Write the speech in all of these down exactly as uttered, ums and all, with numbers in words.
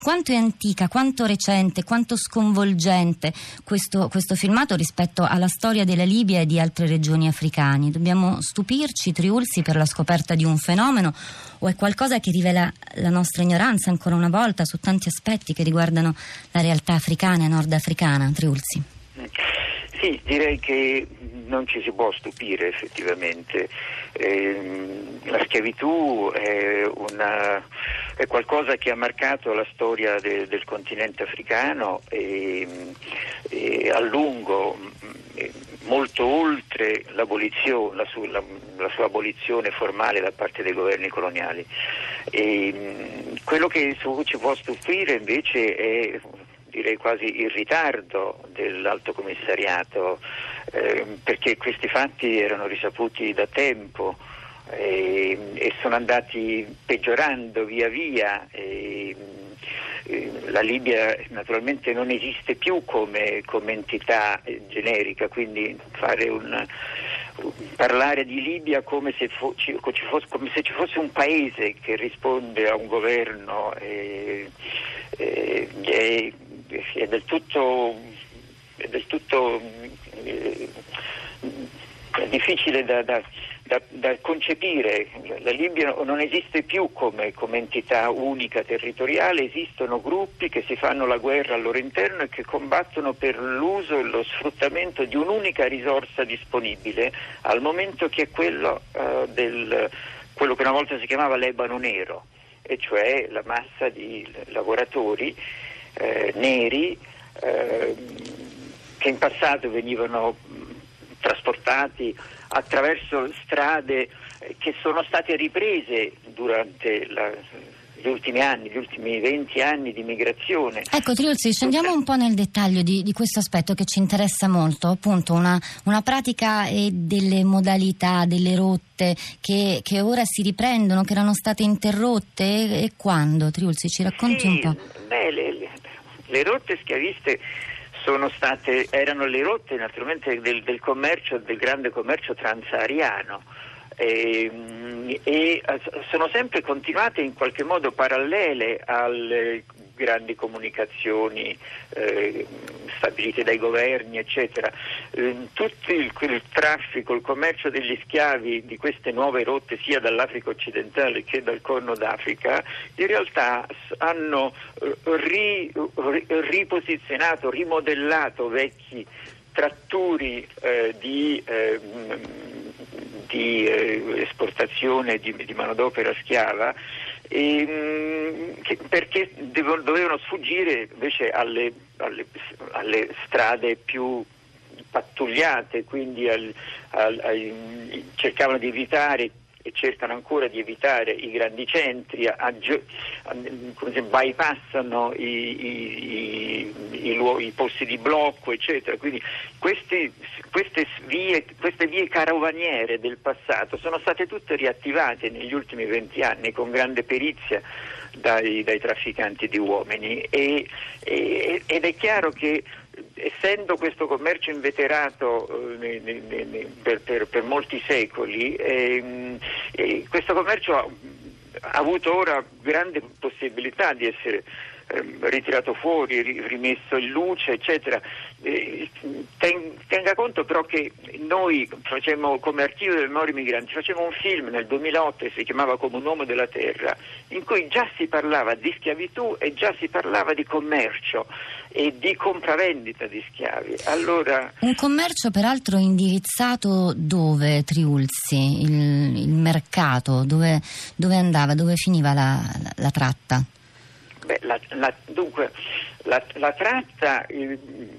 Quanto è antica, quanto recente, quanto sconvolgente questo, questo filmato rispetto alla storia della Libia e di altre regioni africane? Dobbiamo stupirci, Triulzi, per la scoperta di un fenomeno, o è qualcosa che rivela la nostra ignoranza ancora una volta su tanti aspetti che riguardano la realtà africana e nordafricana, Triulzi? Sì, direi che non ci si può stupire effettivamente. Eh, la schiavitù è, una, è qualcosa che ha marcato la storia de, del continente africano e, e a lungo, molto oltre l'abolizione, la, su, la, la sua abolizione formale da parte dei governi coloniali. E, quello che su cui ci può stupire invece è, direi quasi il ritardo dell'Alto Commissariato, eh, perché questi fatti erano risaputi da tempo eh, e sono andati peggiorando via via. E, eh, la Libia naturalmente non esiste più come, come entità eh, generica, quindi fare un parlare di Libia come se, fu, ci, ci fosse, come se ci fosse un paese che risponde a un governo eh, eh, è, è del tutto è del tutto eh, è difficile da, da, da, da concepire. La Libia non esiste più come, come entità unica territoriale, esistono gruppi che si fanno la guerra al loro interno e che combattono per l'uso e lo sfruttamento di un'unica risorsa disponibile al momento, che è quello, uh, del, quello che una volta si chiamava l'ebano nero, e cioè la massa di lavoratori eh, neri eh, che in passato venivano trasportati attraverso strade che sono state riprese durante la, gli ultimi anni, gli ultimi venti anni di migrazione. Ecco, Triulzi, scendiamo un po' nel dettaglio di, di questo aspetto che ci interessa molto, appunto una, una pratica e delle modalità, delle rotte che, che ora si riprendono, che erano state interrotte, e, e quando? Triulzi, ci racconti sì, un po'? Beh, le, le, le rotte schiaviste sono state, erano le rotte naturalmente del, del commercio, del grande commercio transahariano, e, e sono sempre continuate in qualche modo parallele alle grandi comunicazioni eh, stabilite dai governi, eccetera. Eh, tutto il, il traffico, il commercio degli schiavi di queste nuove rotte, sia dall'Africa occidentale che dal Corno d'Africa, in realtà hanno ri, ri, riposizionato, rimodellato vecchi tratturi eh, di, eh, di eh, esportazione di, di manodopera schiava, e, che, perché devo, dovevano sfuggire invece alle, alle, alle strade più pattugliate, quindi al, al, ai, cercavano di evitare e cercano ancora di evitare i grandi centri, a, a, a, come se bypassano i, i, i, i, luoghi, i posti di blocco, eccetera. Quindi questi, queste vie, queste vie carovaniere del passato sono state tutte riattivate negli ultimi venti anni con grande perizia dai, dai trafficanti di uomini, e, e, ed è chiaro che, essendo questo commercio inveterato eh, ne, ne, ne, per, per, per molti secoli, eh, eh, questo commercio ha, ha avuto ora grande possibilità di essere eh, ritirato fuori, ri, rimesso in luce, eccetera. Eh, ten, tenga conto però che noi facemmo, come Archivio delle Memorie Migranti, facemmo un film nel duemilaotto che si chiamava Come un uomo della terra, in cui già si parlava di schiavitù e già si parlava di commercio e di compravendita di schiavi. Allora, un commercio peraltro indirizzato dove, Triulzi? Il, il mercato, dove, dove andava, dove finiva la, la, la tratta? Beh, la, la, dunque, la, la tratta... Il,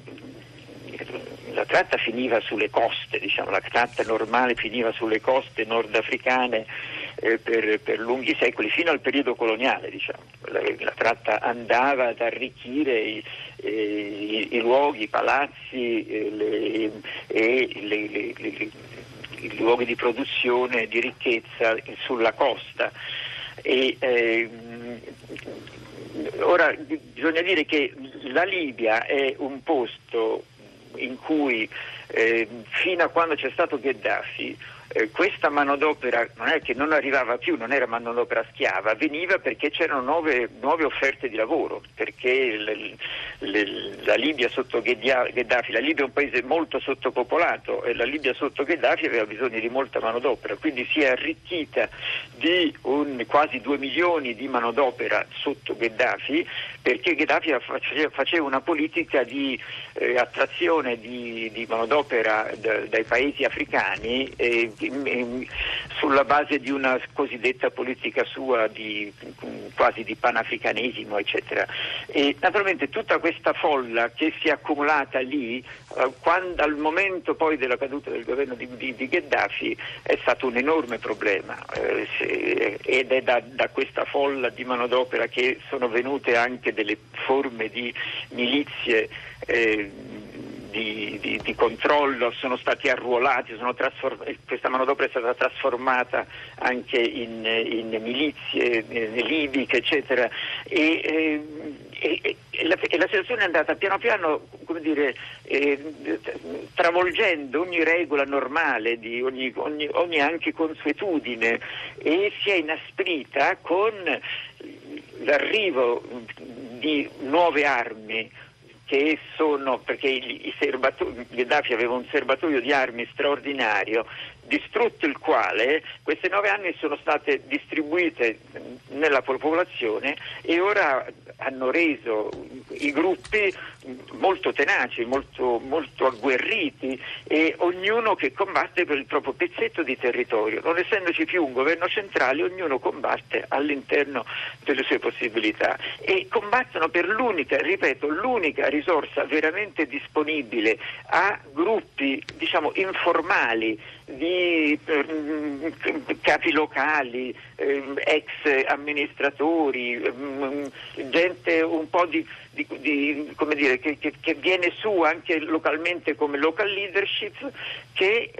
La tratta finiva sulle coste, diciamo, la tratta normale finiva sulle coste nordafricane eh, per, per lunghi secoli, fino al periodo coloniale, diciamo. La, la tratta andava ad arricchire i, eh, i, i luoghi, i palazzi eh, le, e le, le, le, i luoghi di produzione, di ricchezza sulla costa. E, eh, ora bisogna dire che la Libia è un posto in cui eh, fino a quando c'è stato Gheddafi eh, questa manodopera non è che non arrivava più, non era manodopera schiava, veniva perché c'erano nuove, nuove offerte di lavoro, perché le, le, la Libia sotto Gheddafi, la Libia è un paese molto sottopopolato e la Libia sotto Gheddafi aveva bisogno di molta manodopera, quindi si è arricchita di un, quasi due milioni di manodopera sotto Gheddafi, perché Gheddafi faceva una politica di eh, attrazione di, di manodopera d- dai paesi africani eh, in, sulla base di una cosiddetta politica sua di quasi di panafricanesimo, eccetera. E naturalmente tutta questa folla che si è accumulata lì, eh, quando al momento poi della caduta del governo di, di, di Gheddafi, è stato un enorme problema, eh, se, ed è da, da questa folla di manodopera che sono venute anche delle forme di milizie eh, Di, di, di controllo, sono stati arruolati, sono trasform- questa manodopera è stata trasformata anche in, in milizie in libiche, eccetera, e, e, e, e, la, e la situazione è andata piano piano, come dire, eh, travolgendo ogni regola normale, di ogni, ogni, ogni anche consuetudine, e si è inasprita con l'arrivo di nuove armi, che sono, perché i, i serbatoi, Gheddafi aveva un serbatoio di armi straordinario, distrutto il quale queste nove armi sono state distribuite nella popolazione e ora hanno reso i gruppi molto tenaci, molto, molto agguerriti, e ognuno che combatte per il proprio pezzetto di territorio. Non essendoci più un governo centrale, ognuno combatte all'interno delle sue possibilità e combattono per l'unica, ripeto, l'unica risorsa veramente disponibile a gruppi, diciamo, informali di eh, capi locali, eh, ex amministratori, eh, gente un po' di, di, di come dire, che, che, che viene su anche localmente come local leadership, che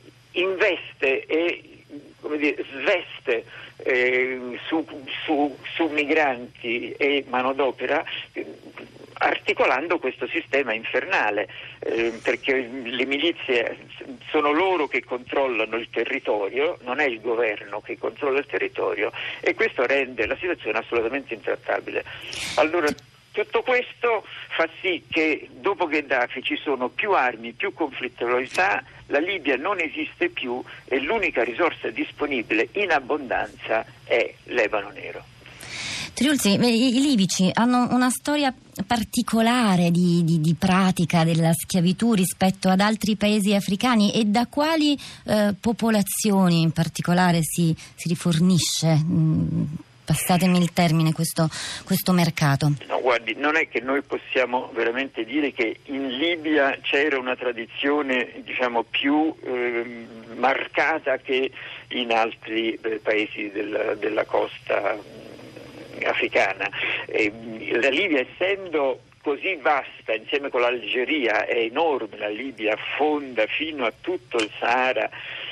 investe e, come dire, sveste eh, su, su, su migranti e manodopera, eh, articolando questo sistema infernale, eh, perché le milizie sono loro che controllano il territorio, non è il governo che controlla il territorio, e questo rende la situazione assolutamente intrattabile. Allora, tutto questo fa sì che dopo Gheddafi ci sono più armi, più conflittualità, la Libia non esiste più e l'unica risorsa disponibile in abbondanza è l'ebano nero. Triulzi, i libici hanno una storia particolare di, di, di pratica della schiavitù rispetto ad altri paesi africani, e da quali eh, popolazioni in particolare si, si rifornisce, mh, passatemi il termine, questo, questo mercato? No, guardi, non è che noi possiamo veramente dire che in Libia c'era una tradizione, diciamo, più eh, marcata che in altri eh, paesi del, della costa africana. Eh, la Libia, essendo così vasta, insieme con l'Algeria è enorme, la Libia affonda fino a tutto il Sahara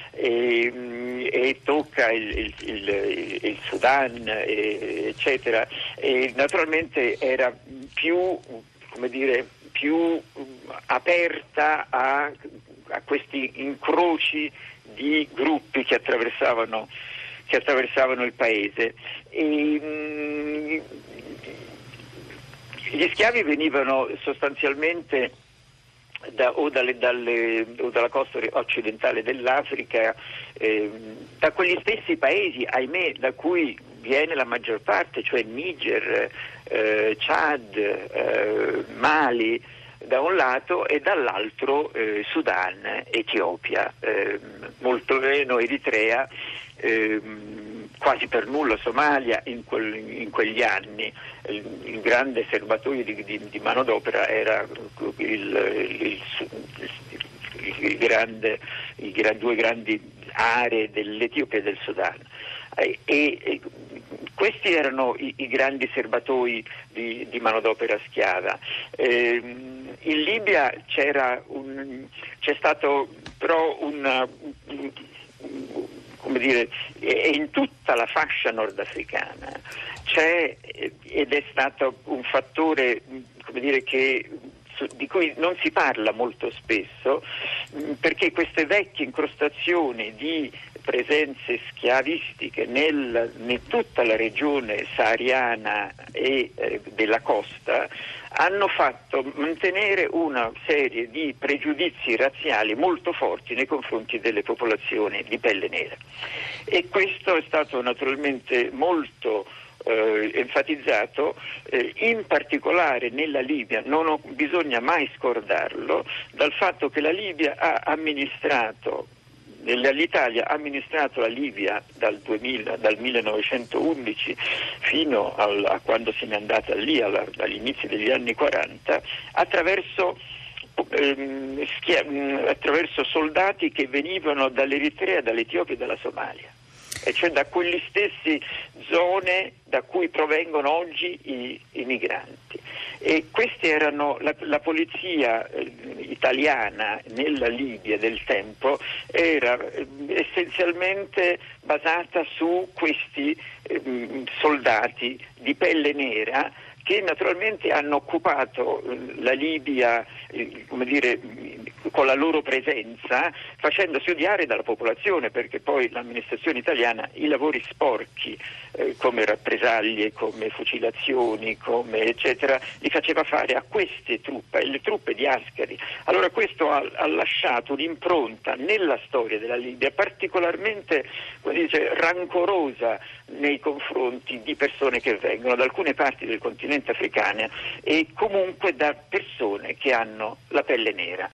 e, e tocca il, il, il, il Sudan, e, eccetera, e naturalmente era più, come dire, più aperta a, a questi incroci di gruppi che attraversavano che attraversavano il paese. E, mh, gli schiavi venivano sostanzialmente da, o, dalle, dalle, o dalla costa occidentale dell'Africa, eh, da quegli stessi paesi, ahimè, da cui viene la maggior parte, cioè Niger, eh, Chad, eh, Mali da un lato, e dall'altro eh, Sudan, Etiopia, eh, molto meno Eritrea, eh, quasi per nulla Somalia in, quel, in quegli anni. Il, il grande serbatoio di, di, di manodopera era il, il, il, il, il grande, i due grandi aree dell'Etiopia e del Sudan. E, e questi erano i, i grandi serbatoi di, di manodopera schiava. Eh, in Libia c'era un, c'è stato però un, un come dire, e in tutta la fascia nordafricana c'è, ed è stato un fattore, come dire, che su, di cui non si parla molto spesso, mh, perché queste vecchie incrostazioni di presenze schiavistiche nel, in tutta la regione sahariana e eh, della costa hanno fatto mantenere una serie di pregiudizi razziali molto forti nei confronti delle popolazioni di pelle nera, e questo è stato naturalmente molto eh, enfatizzato eh, in particolare nella Libia. Non ho, bisogna mai scordarlo, dal fatto che la Libia ha amministrato L'Italia ha amministrato la Libia dal, duemila, dal millenovecentoundici fino al, a quando se n'è andata lì, alla, dagli inizi degli anni quaranta, attraverso, ehm, schia, attraverso soldati che venivano dall'Eritrea, dall'Etiopia e dalla Somalia, e cioè da quelle stesse zone da cui provengono oggi i, i migranti. E queste erano la, la polizia eh, italiana nella Libia del tempo era eh, essenzialmente basata su questi eh, soldati di pelle nera che naturalmente hanno occupato la Libia eh, come dire, con la loro presenza, facendosi odiare dalla popolazione, perché poi l'amministrazione italiana i lavori sporchi eh, come rappresaglie, come fucilazioni, come eccetera, li faceva fare a queste truppe, le truppe di Ascari. Allora questo ha, ha lasciato un'impronta nella storia della Libia particolarmente, come dice, rancorosa nei confronti di persone che vengono da alcune parti del continente africano e comunque da persone che hanno la pelle nera.